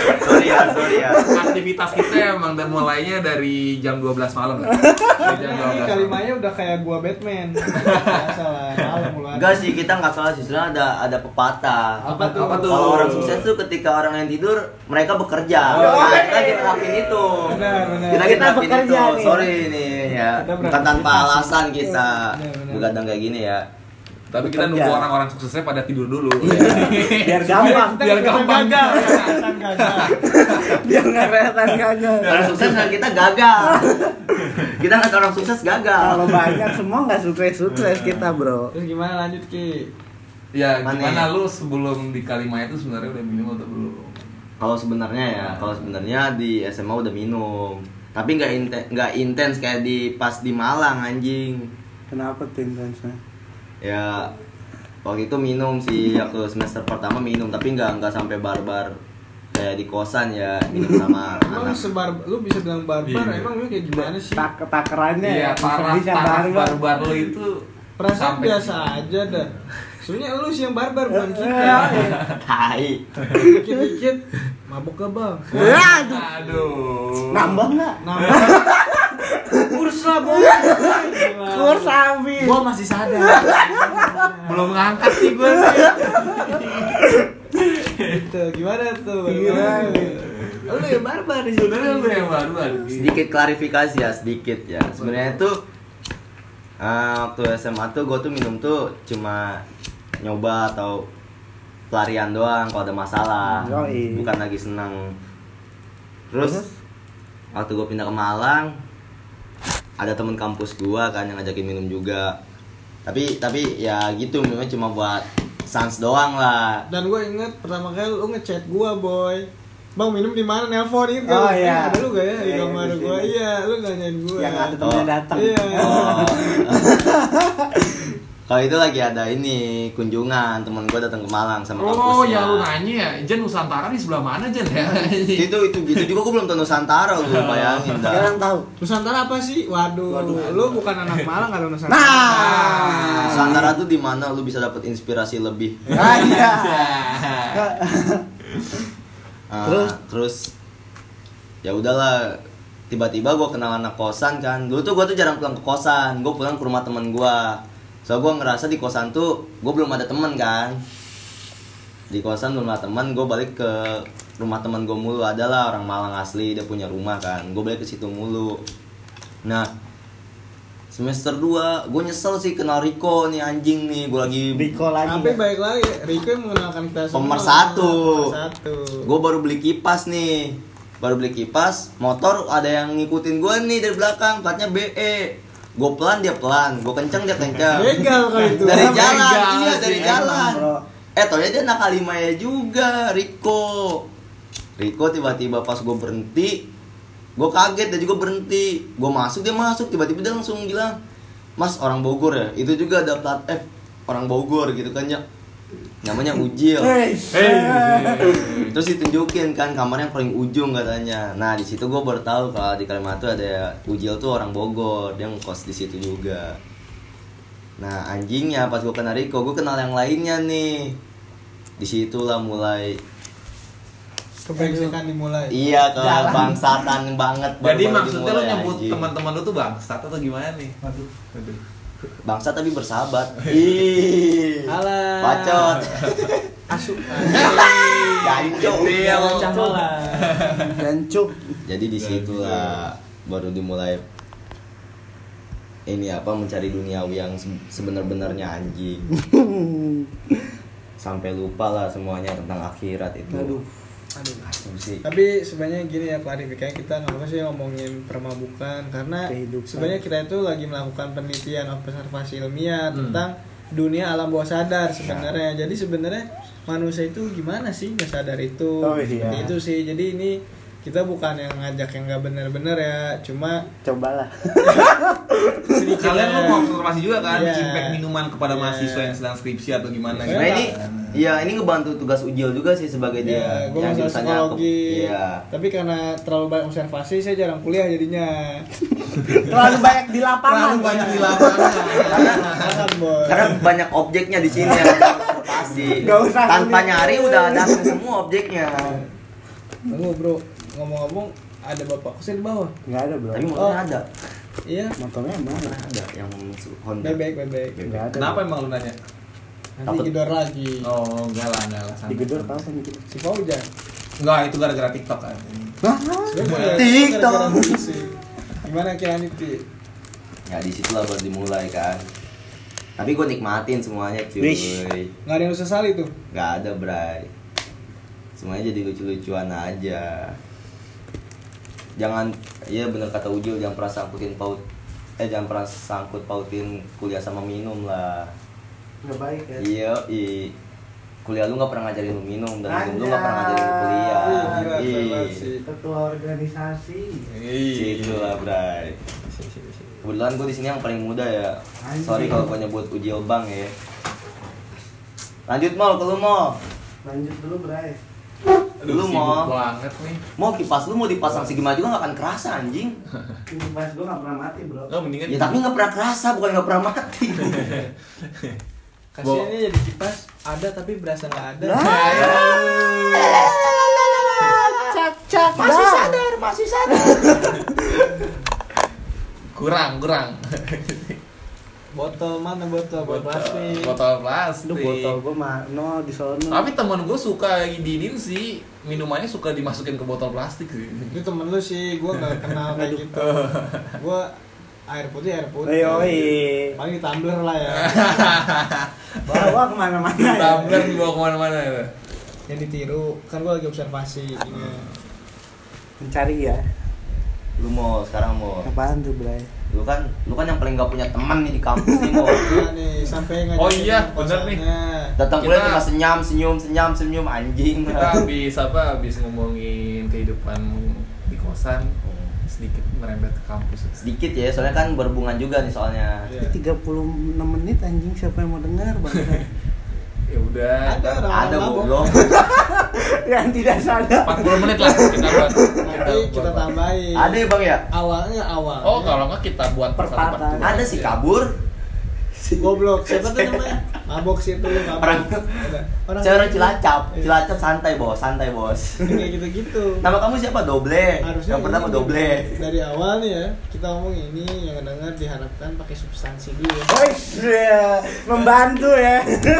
sorry ya. Aktivitas kita emang mulainya dari jam 12 malam lah. Dari jam 12 Ini malam. Kalimanya udah kayak gua Batman. Biasa lah, malam mulai. Enggak sih, kita nggak salah sih. Sebenarnya ada pepatah. Apa tuh? Apa tuh? Kalau orang sukses tuh ketika orang yang tidur, mereka bekerja. Oh, Nah, iya. kita lakuin itu. Benar. Kita lakuin bekerja itu. nih. Sorry nih ya. Kita Bukan tanpa alasan kita Benar. begadang kayak gini ya. Tapi kita nunggu Bekerja. orang-orang suksesnya pada tidur dulu. Biar gampang. Biar gampang. gagal. Biar nggak kelihatan gagal. Orang sukses kan kita gagal. Kita nggak orang sukses gagal. Kalau banyak semua nggak sukses kita bro. Terus gimana lanjut Ki? Ya, Mana gimana ya? lu sebelum di Kalimaya itu sebenarnya udah minum atau belum? Kalau sebenarnya di SMA udah minum. Tapi nggak intens kayak pas di Malang anjing. Kenapa tuh intensnya? Ya waktu itu minum sih, waktu semester pertama minum, tapi nggak sampai barbar kayak di kosan ya, minum sama Emang anak. lu bisa bilang barbar, Iya. emang lu kayak gimana sih? Takerannya Iya, parah bisa barbar lo itu Perasaan sampai- biasa aja dah. Sebenarnya lu sih yang barbar bukan kita. Iya. Tai. Dikit-dikit mabuk gak bang? Aduh. Aduh. Nambah nggak? Nambah. Kurs lah bos. Kurs habis. Gua masih sadar. Belum ngangkat sih gue. Itu gimana tuh? Gimana? Lu yang barbar di sini. Sebenarnya lu yang barbar. Sedikit klarifikasi ya, sedikit ya. Sebenarnya tuh waktu SMA tuh gue tuh minum tuh cuma nyoba atau pelarian doang kalau ada masalah, Yoi. bukan lagi senang. Terus waktu gue pindah ke Malang, ada temen kampus gue kan yang ngajakin minum juga. Tapi ya gitu, minumnya cuma buat sans doang lah. Dan gue inget pertama kali lu ngechat gua boy. Bang minum di mana? Nelpon itu Oh, kan? iya. Ada lu gak ya di Iya, kamar di gua? sini. Iya, lu nanyain gua. Yang ada temennya datang. Iya. Oh. Kalau itu lagi ada ini kunjungan, temen gue datang ke Malang sama kampusnya. Oh, ya lu nanya ya, Jen Nusantara di sebelah mana Jen ya? Itu gitu juga gue belum tahu Nusantara, lu bayangin dah. Sekarang tahu. Nusantara apa sih? Waduh, lu bukan anak Malang kalau Nusantara. Nah. Nusantara tuh di mana lu bisa dapat inspirasi lebih. Ah, iya. Terus ya udahlah, tiba-tiba gue kenal anak kosan kan. Dulu tuh gue tuh jarang pulang ke kosan, gue pulang ke rumah temen gue. So gue ngerasa di kosan tuh gue belum ada temen kan. Di kosan belum ada teman, gue balik ke rumah temen gue mulu. Adalah orang Malang asli, dia punya rumah kan. Gue balik ke situ mulu. Nah, semester 2 gue nyesel sih kenal Riko nih, anjing nih. Gue lagi Riko lagi. Tapi baik lagi, Riko yang mengenalkan kita semua. Pemersatu. Pemersatu. Gue baru beli kipas nih. Motor ada yang ngikutin gue nih dari belakang, platnya BE. Gue pelan, dia pelan. Gue kenceng, dia kenceng. Begal kali itu. Dari Begal jalan, iya sih, dari emang, jalan. bro. Taunya dia anak Kalimaya juga, Riko tiba-tiba pas gue berhenti, gue kaget, dia juga berhenti. Gue masuk, dia masuk, tiba-tiba dia langsung bilang, "Mas, orang Bogor ya?" Itu juga ada plat F, orang Bogor gitu kan ya. Namanya Ujil. Terus ditunjukin kan kamar yang paling ujung katanya. Nah, di situ gue baru tahu kalau di Kalimantan ada Ujil tuh orang Bogor, dia ngekos di situ juga. Nah, anjingnya pas gue kenal Riko, gue kenal yang lainnya nih. Disitulah mulai Kebrengsekan dimulai. iya kebangsatan banget. Jadi baru-baru maksudnya lu dimulai, nyebut anjing. teman-teman lu tuh bangsat atau gimana nih? Waduh. Bangsa tapi bersahabat. Ih. Alah. Bacot. Asuk. Gancok. Gancuk. Jadi disitulah baru dimulai ini apa, mencari duniawi yang sebenar-benarnya anjing. Sampai lupa lah semuanya tentang akhirat itu. Aduh. Asum sih. Tapi sebenarnya gini ya, klarifikasi, kita nggak apa sih ngomongin permabukan karena Kehidupan. sebenarnya kita itu lagi melakukan penelitian observasi ilmiah tentang dunia alam bawah sadar sebenarnya. Jadi sebenarnya manusia itu gimana sih nggak sadar itu? Oh, iya. Seperti itu sih. Jadi ini kita bukan yang ngajak yang nggak benar-benar ya, cuma Cobalah. sedikit Kalian ya. lu mau observasi juga kan, Iya. impact minuman kepada Iya. mahasiswa yang sedang skripsi atau gimana Iya. gitu. Nah ini, ya ini ngebantu tugas Ujil juga sih sebagai dia Ya, gue yang masalah jurusannya psikologi. Iya. Tapi karena terlalu banyak observasi, saya jarang kuliah jadinya. Terlalu banyak di lapangan. Terlalu banyak di lapangan. Sangat boy. Karena banyak objeknya di sini yang observasi. Nggak usah Tanpa kuliah. nyari udah ada semua objeknya. Tunggu bro, ngomong-ngomong ada bapak kosan di bawah. Nggak ada bro. Tapi motornya ada. Iya. Motornya emang Ada yang Honda. Bebek. nggak ada. Kenapa emang lu nanya? Nanti Takut. gedor lagi. Oh, enggak lah. Digedor tahu kan gitu. Si Faujan. Enggak, itu gara-gara TikTok kan. TikTok. Gimana kira Niti? Ya di situ lah baru dimulai kan. Tapi gue nikmatin semuanya cuy. Wish. Nggak ada yang lu sesali tuh. Gak ada bray. Semuanya jadi lucu-lucuan aja. Jangan, iya bener kata Ujul, jangan pernah jangan pernah sangkut pautin kuliah sama minum lah. Nggak baik ya. Iya, kuliah lu gak pernah ngajarin lu minum dan minum lu Anjay. gak pernah ngajarin lu kuliah. Gila, keren sih. Ketua organisasi. Gitu lah bray. Kebetulan gue di sini yang paling muda ya. Anjing. Sorry kalau gue nyebut Ujil Bang ya. Lanjut Mol, ke lu Mol. Lanjut dulu Bray. Lu sibuk mau banget nih. mau kipas lu mau dipasang segimana juga gak akan kerasa anjing. Ini pas gue nggak pernah mati bro. Lo mendingan Ya tapi gak pernah kerasa, bukan gak pernah mati. Kasiannya jadi kipas ada tapi berasa nggak ada. Cak Masih sadar. kurang. Botol mana botol? Botol plastik. Botol plastik. Itu botol gue no di sono. Tapi temen gue suka diinin sih, minumannya suka dimasukin ke botol plastik sih. Itu temen lu sih, gua nggak kenal kayak gitu. Gua air putih. Yoi. Paling di tumbler lah ya. Bawa kemana-mana ya. Tumbler dibawa kemana-mana ya. Yang ditiru, kan gua lagi observasi. Mencari ya. Lu mau sekarang mau. Apaan tuh Bray? Lu kan yang paling gak punya teman nih di kampus nih mau. Nah nih, sampai ngajakin Oh iya, bener nih. kosannya. Datang Kita- kuliah cuma senyum anjing. Kita habis ngomongin kehidupan di kosan, sedikit merembet ke kampus. Sedikit ya, soalnya kan berhubungan juga nih soalnya. Iya. 36 menit anjing, siapa yang mau dengar Bang? Ya udah. Ada orang Ada mabok. goblok. Yang tidak sadar. 40 menit lah kita buat. Nanti kita tambahin. Ada ya Bang ya? Awalnya. Oh, kalau enggak kita buat Perpatan. Ada sih kabur. Goblok, siapa tuh namanya? Mabok sih tuh, mabok. Orang- Ada. Saya orang Cilacap. Iya. Cilacap santai bos. Kayak gitu-gitu. Nama kamu siapa? Doble. Harusnya Yang pertama ini Doble. dari awal nih ya, kita ngomong ini yang dengar diharapkan pakai substansi dulu ya. Membantu ya.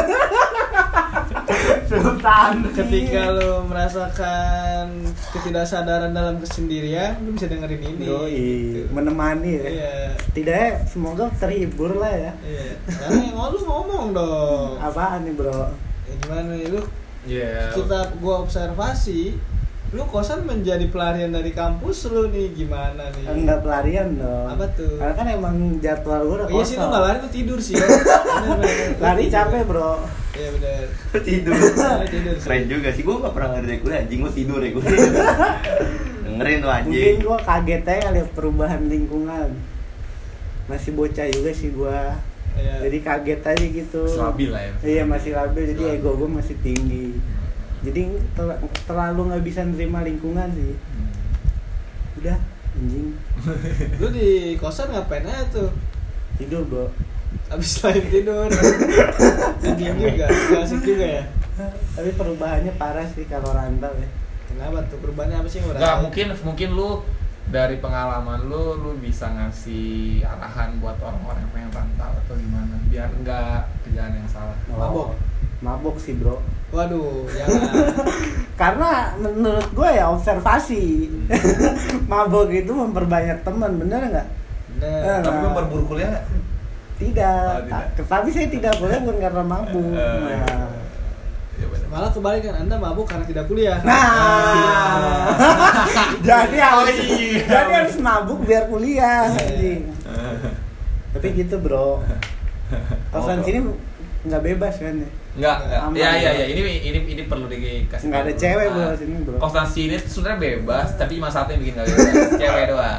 Sultan. Ketika lo merasakan ketidaksadaran dalam kesendirian, lo bisa dengerin ini. Yoi, Gitu. menemani ya. Iya. Tidak, semoga terhibur lah ya. Iya. Karena yang lu ngomong dong. Apaan nih bro? Ya gimana nih lu? Iya. Gua observasi, lu kosan menjadi pelarian dari kampus lu nih, gimana nih? Enggak pelarian dong. Apa tuh? Karena kan emang jadwal gue udah Oh, iya sih, lu kosong. nggak lari, lu tidur sih. Bener. Lari capek bro. Iya benar. Tidur. Tidur sih. Keren juga sih. Gue gak pernah ngerti kuliah anjing, gue tidur ya gue. Dengerin tuh Mungkin anjing. gue kaget aja kali ya perubahan lingkungan. Masih bocah juga sih gue. Iya. Jadi kaget aja gitu. Labil lah ya. Iya masih labil, jadi Labil. ego gue masih tinggi. Jadi terlalu nggak bisa nerima lingkungan sih. Udah anjing Lu di kosan ngapain aja tuh? tidur bro. Abis lain tidur. Anjing juga, gak asik juga ya. Tapi perubahannya parah sih kalau rantau ya. Kenapa tuh, perubahannya apa sih yang Enggak, mungkin lu dari pengalaman lu bisa ngasih arahan buat orang-orang yang pengen rantau atau gimana biar enggak kerjaan yang salah. Mabok? Mabok sih bro. Waduh, jangan. Karena menurut gue ya observasi mabok itu memperbanyak teman, bener nggak? Bener. Tapi lu berburu kuliah nggak? Tidak. Oh, tidak. Tapi saya tidak boleh bukan karena mabuk. Nah. Ya benar. Malah kebalikan, Anda mabuk karena tidak kuliah. Nah. jadi harus iya. jadi harus mabuk biar kuliah. anjing. Tapi gitu bro. Kosan sini nggak bebas kan ya? Enggak. Aman. Iya. Ini perlu dikasih. Nggak ada tahu. cewek bro Ah, sini bro. Kosan sini tuh sebenarnya bebas, tapi cuma satu yang bikin nggak bebas. Cewek doang.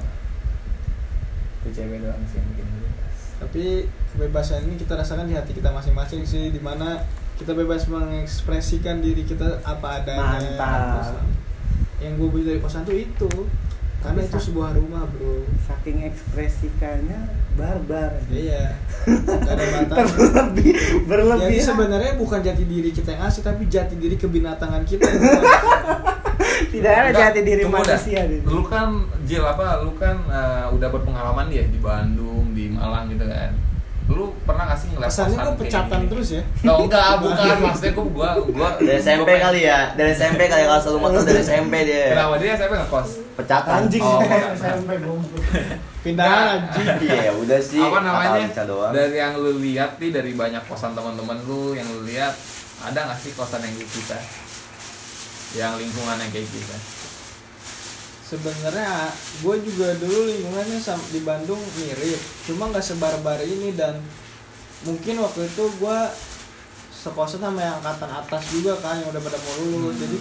Itu cewek doang sih yang bikin nggak bebas. Tapi kebebasan ini kita rasakan di hati kita masing-masing sih, dimana kita bebas mengekspresikan diri kita apa adanya. Mantap. Yang gue beli dari kosan tuh itu, karena itu sebuah rumah bro. Saking ekspresikannya barbar. Iya, gak ada batas. berlebih. Jadi sebenarnya bukan jati diri kita yang asli, tapi jati diri kebinatangan kita yang asli. Tidak ada jati diri Tunggu dah. manusia gitu. Lu kan Jil lu kan udah berpengalaman ya di Bandung, di Malang gitu kan. Lu pernah gak sih ngeliat Kesannya kosan kok kayak pecatan gini? terus ya? Oh enggak, bukan. Maksudnya gua Dari SMP kali ya. Dari SMP kali kalau selalu motor dari SMP dia. Kenapa dia SMP ngekos? Pecatan. Anjing Oh, SMP goblok. Pindahan anjing. Iya, udah sih. Apa namanya? Akal doang. Dari yang lu lihat nih, dari banyak kosan teman-teman lu yang lu lihat, ada gak sih kosan yang kayak kita? Yang lingkungan yang kayak kita? Sebenarnya gue juga dulu lingkungannya di Bandung mirip, cuma nggak sebar-bar ini, dan mungkin waktu itu gue sekosan sama yang angkatan atas juga kan yang udah pada mau lulus, jadi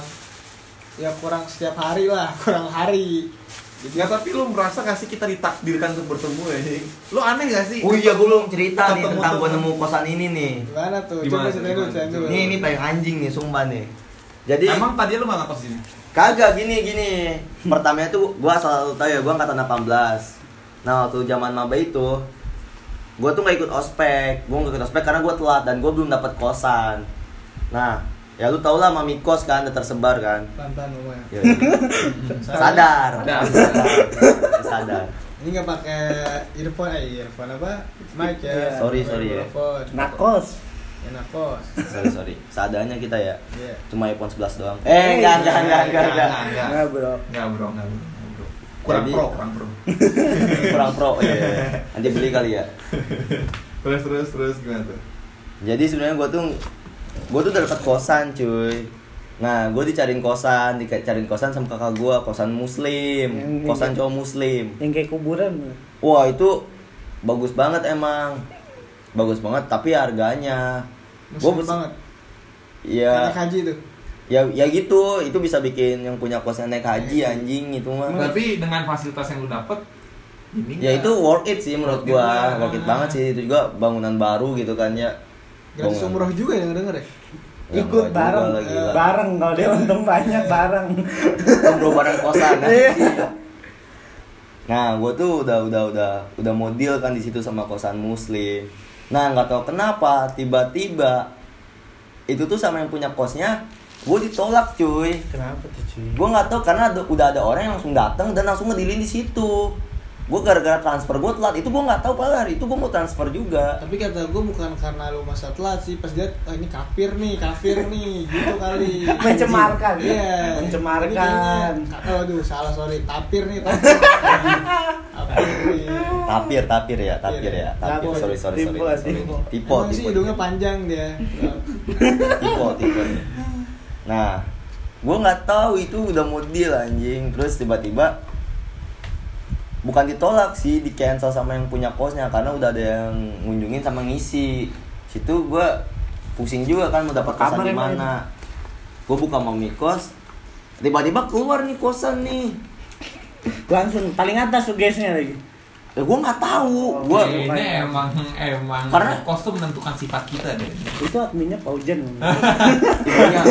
kurang setiap hari lah, kurang hari. Jadi Ya tapi lu merasa gak sih kita ditakdirkan untuk bertemu ya? Lu aneh gak sih? Oh iya, gue belum cerita nih Ketemu tentang gue temen. nemu kosan ini nih. gimana tuh? Gimana Coba tuh, ceritain dulu. Ini paling anjing nih, sumpah nih. Jadi Emang tadi lu gak ngekos sini? kagak gini. Pertamanya tuh gua asal tahu ya, gua angkatan 18. Nah, waktu zaman maba itu gua tuh nggak ikut ospek. Gua nggak ikut ospek karena gua telat dan gua belum dapat kosan. Nah, ya lu tau lah mami kos kan udah tersebar kan. Tantan ngomongnya. Ya, sadar. Sadar. Ini nggak pakai earphone apa? Mic ya. Sorry ya. Earphone. Nakos. Enak kos. Sorry. Seadanya kita ya. Iya. Cuma iPhone 11 doang. Enggak. Enggak, Bro. Enggak bro. Kurang Jadi- pro. Kurang pro ya. Nanti beli kali ya. Terus gimana tuh? Jadi sebenarnya gue tuh udah dapet kosan cuy. Nah, gue dicariin kosan sama kakak gue, kosan muslim, kosan cowok muslim. Yang kayak kuburan. Wah, itu bagus banget emang. Bagus banget, tapi harganya Muslim banget. Ya, Naik haji tuh. ya gitu, itu bisa bikin yang punya kosan naik haji anjing itu mah. Tapi dengan fasilitas yang lu dapet, ini Ya nggak- itu worth it sih menurut Worth it gua, lah. worth it banget sih, itu juga bangunan baru gitu kan ya. Gratis umroh juga yang denger ya. Ya, Ikut enggak juga bareng. lah, gila. Bareng kalau dia untung banyak bareng. Umroh bareng kosan kan. Iya. Nah, gue tuh udah mau deal kan di situ sama kosan muslim. Nah, nggak tahu kenapa tiba-tiba itu tuh sama yang punya kosnya gue ditolak cuy. Kenapa tuh cuy? Gue nggak tahu karena udah ada orang yang langsung datang dan langsung ngedilin di situ. Gue gara-gara transfer gue telat, itu gue nggak tahu padahal hari itu gue mau transfer juga. Tapi kata gue bukan karena lu masa telat sih, pas lihat ini kafir nih gitu kali. Mencemarkan. Iya. Mencemarkan. Ini kayaknya- aduh salah sorry, tapir nih. Tapir nih. Tapir ya. Tapir. Sorry. Tipe. Emang sih hidungnya panjang dia. Tipe. Nah, gue nggak tahu itu udah mau deal anjing, terus tiba-tiba bukan ditolak sih, di cancel sama yang punya kosnya karena udah ada yang ngunjungin sama ngisi. Situ gue pusing juga kan mau dapat kosan Kamar di emang mana. Gue buka mami kos, tiba-tiba keluar nih kosan nih. Langsung paling atas tuh guysnya lagi. Ya gue nggak tahu, gue Ini emang Karena- kos tuh menentukan sifat kita deh. Itu adminnya Paujan. ibunya.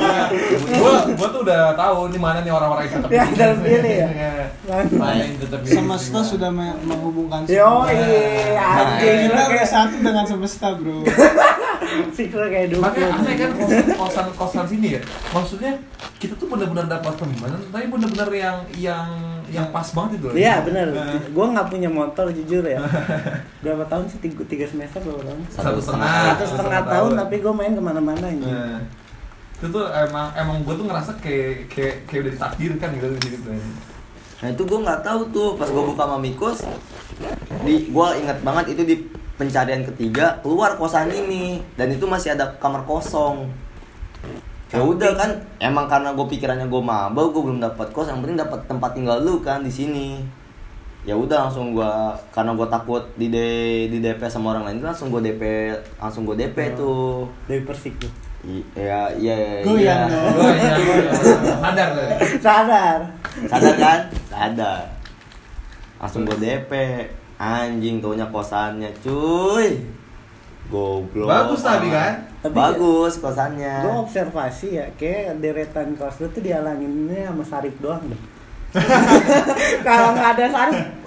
Gua tuh udah tahu di mana nih orang-orang yang tetap Ya, dalam pilih ya. Main tetap Semesta sudah menghubungkan Yo, semesta. anjing Kita lu udah kayak satu dengan semesta, bro. sih lu kayak dukun. Makanya aneh kan kosan sini ya. Maksudnya kita tuh benar-benar dapat teman, tapi benar-benar yang pas banget itu. Iya benar. Gua nggak punya motor jujur ya. Berapa tahun sih? 3 semester berapa tahun? 1,5 1,5 tahun tapi gue main kemana-mana ini. Nah, itu tuh emang gue tuh ngerasa kayak udah ditakdirkan gitu di situ. Nah itu gue nggak tahu tuh pas gue buka mami kos, gue ingat banget itu di pencarian ketiga keluar kosan ini dan itu masih ada kamar kosong. Ya udah kan, emang karena gue pikirannya gue maba, gue belum dapat kos, yang penting dapat tempat tinggal lu kan di sini. Ya udah langsung gue, karena gue takut di DP sama orang lain, langsung gue DP tuh. Dari Persik tuh. Iya. Goyang dong. Oh iya, sadar tuh. Sadar. Sadar kan? Sadar. Langsung gue DP. Anjing taunya kosannya, cuy. Goblok. Bagus tadi kan? Tapi Bagus kosannya. gue observasi ya, kayak deretan kos lu tuh dihalanginnya sama Sarip doang deh. Kalau nggak ada Sarip,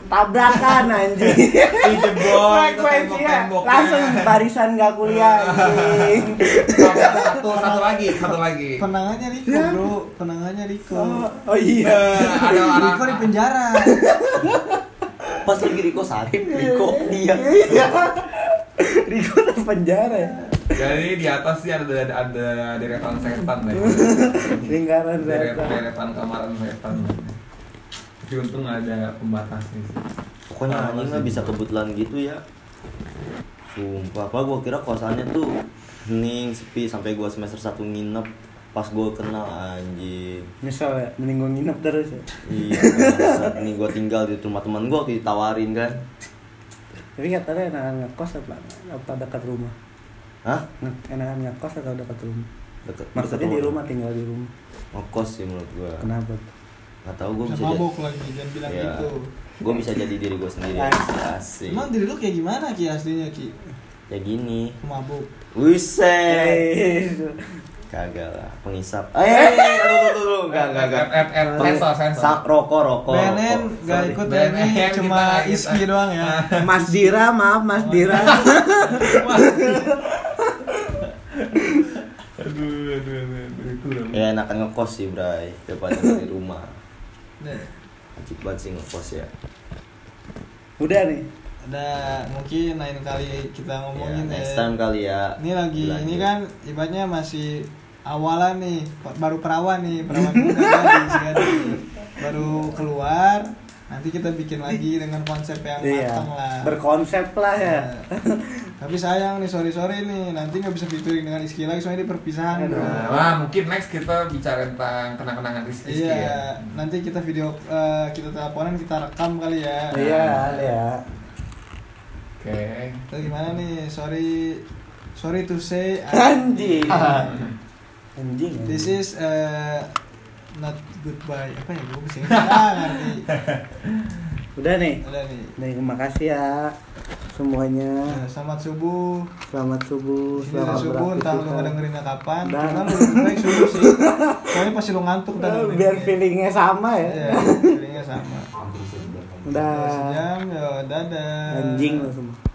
tabrakan anjing. Dijebol itu Frekuensinya tembok-temboknya. langsung barisan gak kuliah anjing. Satu lagi. Penangannya Riko, bro. Penangannya Riko. Oh iya. Ada orang Riko di penjara. Pas lagi Riko Sarip, Riko dia. Riko terpenjara ya. Jadi di atas sih ada deretan setan deh. Lingkaran setan. Deretan kamaran setan. Tapi untung ada pembatasnya sih. Pokoknya anjing nggak bisa kebetulan gitu ya. Sumpah, apa gua kira kosannya tuh hening, sepi sampai gua semester 1 nginep. Pas gua kenal anjing. Misal ya, mending gue nginep terus ya. Iya, saat ini gua tinggal di rumah teman gua ditawarin kan. Tapi katanya enakan ngekos apa dekat rumah? Hah? Enakan ngekos atau dekat rumah? Deket, Maksudnya di rumah, tinggal di rumah. ngekos sih menurut gua. Kenapa? Nggak tahu gua bisa Mabok lagi, jangan bilang ya, gitu. gua bisa jadi diri gua sendiri. Asik. Emang diri lu kayak gimana Ki aslinya Ki? Ya gini. Mabuk. Wiset. Kagak lah, pengisap. Aduh, enggak. Sensor. Rokok. BNN gak Sorry. ikut BNN BNN, cuma kita- Iski doang ya. Mas Dira, maaf Mas Dira. Aduh. Itu udah. Ya enakan ngekos sih, Bray, daripada di rumah. Udah. Wajib banget sih ngekos ya. Udah nih. Ada mungkin lain kali kita ngomongin Ya, next time kali ya. Ini lagi, Lanjut. ini kan ibaratnya masih awalan nih, baru perawan muda kan, baru keluar. Nanti kita bikin lagi dengan konsep yang Iya. matang lah. Berkonsep lah ya. Nah, tapi sayang nih, sorry nih, nanti nggak bisa featuring dengan Iski lagi soalnya di perpisahan bro. Nah, mungkin next kita bicara tentang kenang-kenangan Rizky Iya, ya. nanti kita video, kita teleponan, kita rekam kali ya. Iya, ya. Oke. Terus gimana nih? Sorry to say, Anjing. Anjing. this is not goodbye. Apa ya? Gue bisa ngerti. Udah nih. Udah nih. Nih, terima kasih ya semuanya. Selamat subuh. Selamat subuh, Ini udah selamat subuh, entah lu beraktivitas. ngedengerinnya kapan. Dan- Cuman lu lebih baik subuh sih. Soalnya pasti lu ngantuk dan Biar feelingnya sama ya. Iya, feelingnya sama. Udah. Sejam, ya dadah. Anjing lo semua.